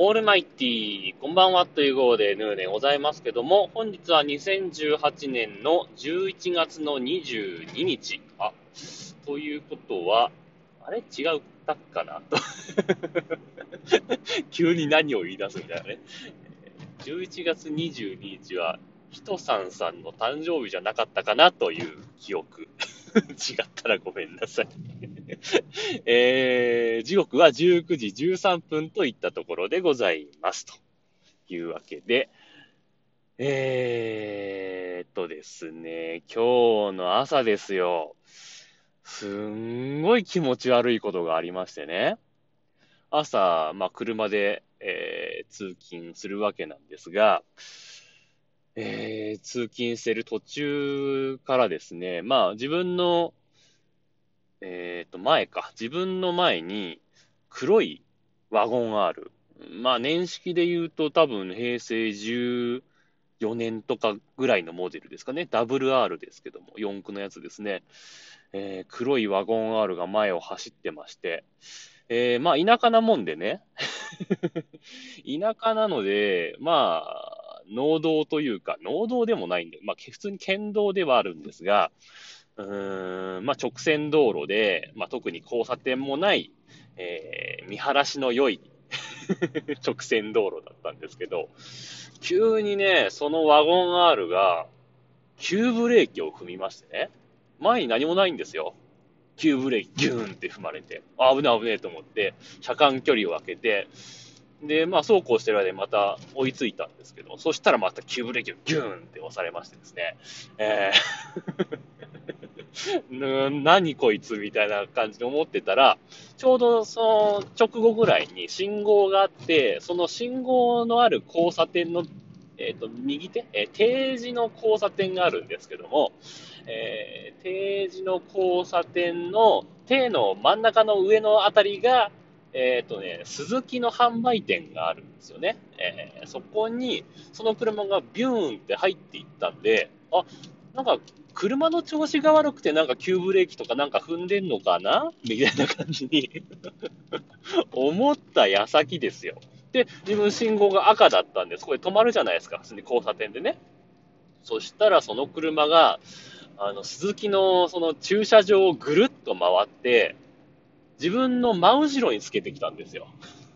オールマイティー、こんばんはという号でヌーでございますけども、本日は2018年の11月の22日。ということは、あれ違ったかなと。急に何を言い出すみたいなね。11月22日は、ひとさんさんの誕生日じゃなかったかなという記憶。違ったらごめんなさい。時刻は19時13分といったところでございますというわけで、ですね、今日の朝ですよ。すんごい気持ち悪いことがありましてね。朝、車で、通勤するわけなんですが、通勤してる途中からですね、自分の自分の前に黒いワゴン R。年式で言うと多分平成14年とかぐらいのモデルですかね。WR ですけども、四駆のやつですね。黒いワゴン R が前を走ってまして、田舎なもんでね。田舎なので、農道というか、農道でもないんで、普通に県道ではあるんですが、直線道路で、特に交差点もない、見晴らしの良い直線道路だったんですけど、急にね、そのワゴン R が、急ブレーキを踏みましてね、前に何もないんですよ。急ブレーキギューンって踏まれて、危ねえ危ねえと思って、車間距離を空けて、で、そうこうしてる間にまた追いついたんですけど、そしたらまた急ブレーキをギューンって押されましてですね、何こいつみたいな感じで思ってたら、ちょうどその直後ぐらいに信号があって、その信号のある交差点の、右手、定時の交差点があるんですけども、定時の交差点の手の真ん中の上のあたりが、スズキの販売店があるんですよね。そこに、その車がビューンって入っていったんで、なんか、車の調子が悪くてなんか急ブレーキとかなんか踏んでんのかなみたいな感じに思った矢先ですよ。で、自分信号が赤だったんです。これ止まるじゃないですか。普通に交差点でね。そしたらその車が、鈴木のその駐車場をぐるっと回って、自分の真後ろにつけてきたんですよ。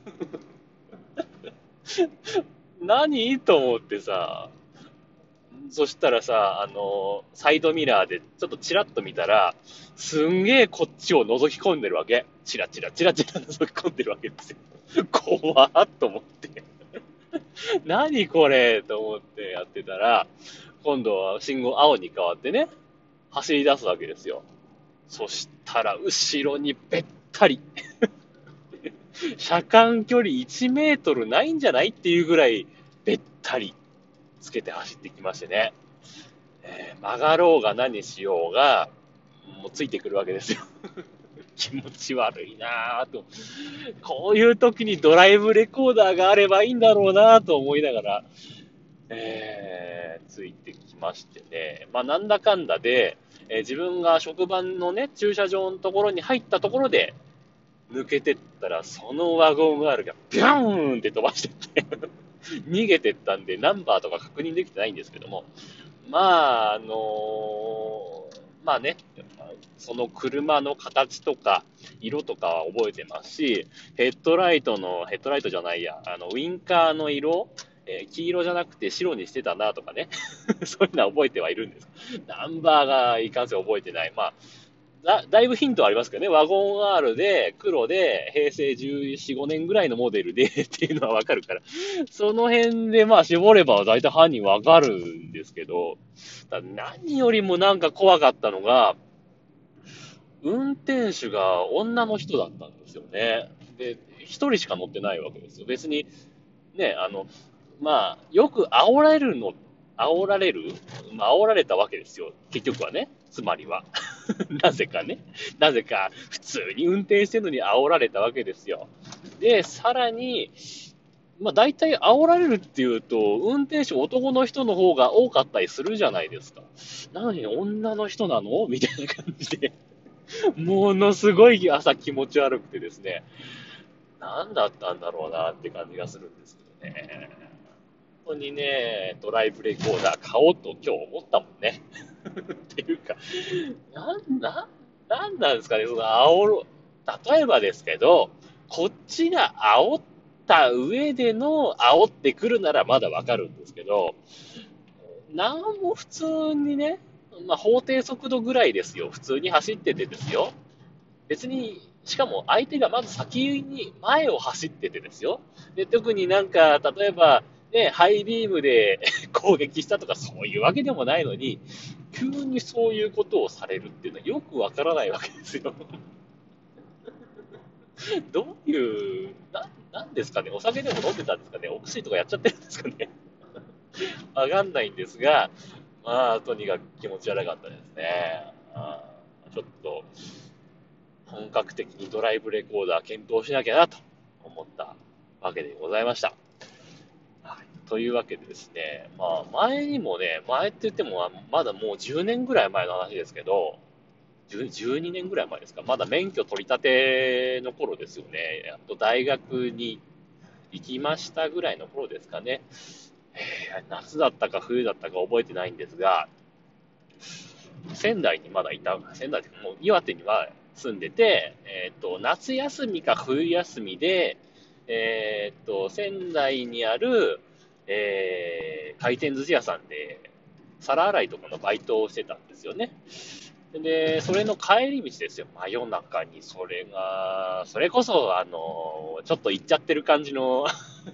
何と思ってさ、そしたらさ、サイドミラーでちょっとチラッと見たら、すんげえこっちを覗き込んでるわけ。チラチラチラチラ覗き込んでるわけですよ。怖っと思って。何これと思ってやってたら、今度は信号青に変わってね、走り出すわけですよ。そしたら、後ろにべったり。車間距離1メートルないんじゃないっていうぐらい、べったりつけて走ってきましてね。曲がろうが何しようが、もうついてくるわけですよ。気持ち悪いなぁと。こういう時にドライブレコーダーがあればいいんだろうなぁと思いながら、ついてきましてね。なんだかんだで、自分が職場のね、駐車場のところに入ったところで、抜けてったら、そのワゴン R がビャーンって飛ばしてって逃げてったんで、ナンバーとか確認できてないんですけども、まあ、あのね、その車の形とか、色とかは覚えてますし、ヘッドライトじゃないや、ウインカーの色、黄色じゃなくて白にしてたなとかね。そういうのは覚えてはいるんです。ナンバーがいかんせん覚えてない。だいぶヒントはありますけどね。ワゴン R で、黒で、平成14、5年ぐらいのモデルでっていうのはわかるから。その辺で絞れば大体犯人わかるんですけど、何よりもなんか怖かったのが、運転手が女の人だったんですよね。で、一人しか乗ってないわけですよ。別に、ね、よく煽られる煽られたわけですよ。結局はね。つまりは。なぜかね。なぜか、普通に運転してるのに煽られたわけですよ。で、さらに、大体煽られるっていうと、運転手男の人の方が多かったりするじゃないですか。なのに女の人なのみたいな感じで。ものすごい朝気持ち悪くてですね。 何だったんだろうなって感じがするんですけどね。本当にね、ドライブレコーダー買おうと今日思ったもんね。っていうか、なんなんですかね、その例えばですけど、こっちが煽った上での煽ってくるならまだわかるんですけど、なんも普通にね、まあ、法定速度ぐらいですよ。普通に走っててですよ。別に、しかも相手がまず先に前を走っててですよ。で、特になんか、例えば、ね、ハイビームで攻撃したとかそういうわけでもないのに、急にそういうことをされるっていうのはよくわからないわけですよ。どういう、なんですかね、お酒でも飲んでたんですかね、お薬とかやっちゃってるんですかね。わかんないんですが、まあ、とにかく気持ち悪かったですね。ちょっと、本格的にドライブレコーダー検討しなきゃなと思ったわけでございました。はい、というわけでですね、まあ前にもね、前って言ってもまだもう10年ぐらい前の話ですけど、12年ぐらい前ですか、まだ免許取り立ての頃ですよね。やっと大学に行きましたぐらいの頃ですかね。夏だったか冬だったか覚えてないんですが、仙台にまだいた、仙台ってもう岩手には住んでて、夏休みか冬休みで、仙台にある、回転寿司屋さんで、皿洗いとかのバイトをしてたんですよね。で、それの帰り道ですよ。真夜中に、それこそ、ちょっと行っちゃってる感じの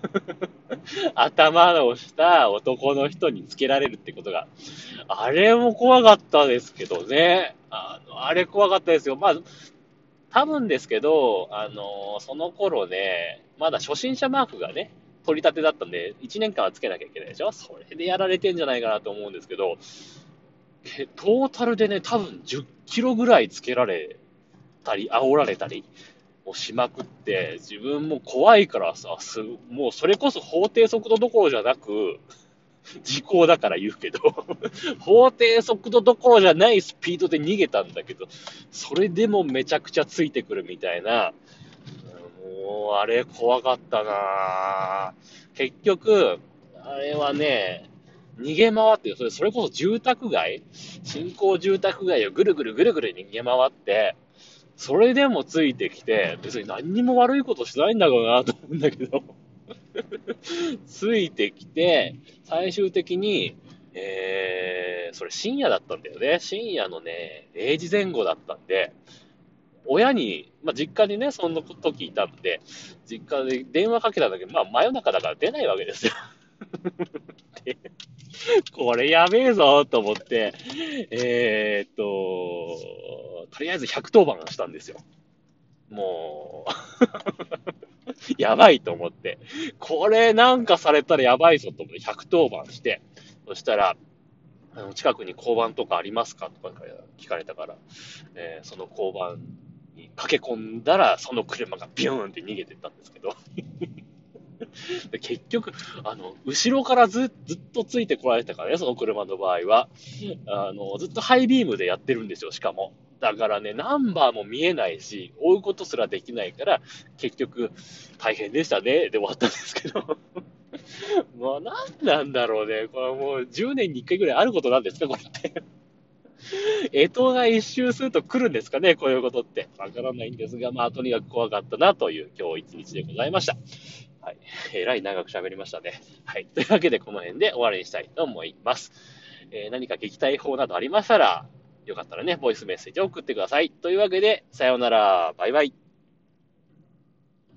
頭をした男の人につけられるってことが、あれも怖かったですけどね。あれ怖かったですよ。まあ、多分ですけど、その頃ね、まだ初心者マークがね、取り立てだったんで、1年間はつけなきゃいけないでしょ。それでやられてんじゃないかなと思うんですけど、トータルでね、多分10キロぐらいつけられたり、煽られたりもしまくって、自分も怖いからさ、もうそれこそ法定速度どころじゃなく、時効だから言うけど、法定速度どころじゃないスピードで逃げたんだけど、それでもめちゃくちゃついてくるみたいな、もうあれ怖かったなぁ。結局、あれはね、逃げ回って、それこそ住宅街、新興住宅街をぐるぐるぐるぐる逃げ回って、それでもついてきて、別に何にも悪いことしないんだろうなと思うんだけど、ついてきて、最終的に、それ深夜だったんだよね。深夜のね、0時前後だったんで、親に、まあ、実家にね、その時いたんで、実家で電話かけたんだけど、まあ、真夜中だから出ないわけですよ。で、これやべえぞと思って、とりあえず110番したんですよ。もうやばいと思って、これなんかされたらやばいぞと思って110番して、そしたら、近くに交番とかありますかとか聞かれたから、その交番に駆け込んだら、その車がビューンって逃げてったんですけど、結局、後ろからずっとついてこられたからね、その車の場合は。ずっとハイビームでやってるんですよ、しかも。だからね、ナンバーも見えないし、追うことすらできないから、結局、大変でしたね、で終わったんですけど。もう何なんだろうね。これもう10年に1回ぐらいあることなんですか、これって。干支が一周すると来るんですかね、こういうことって。わからないんですが、まあ、とにかく怖かったなという今日一日でございました。はい。えらい長く喋りましたね。はい。というわけで、この辺で終わりにしたいと思います。何か聞きたい方などありましたら、よかったらね、ボイスメッセージを送ってください。というわけで、さようなら。バイバイ。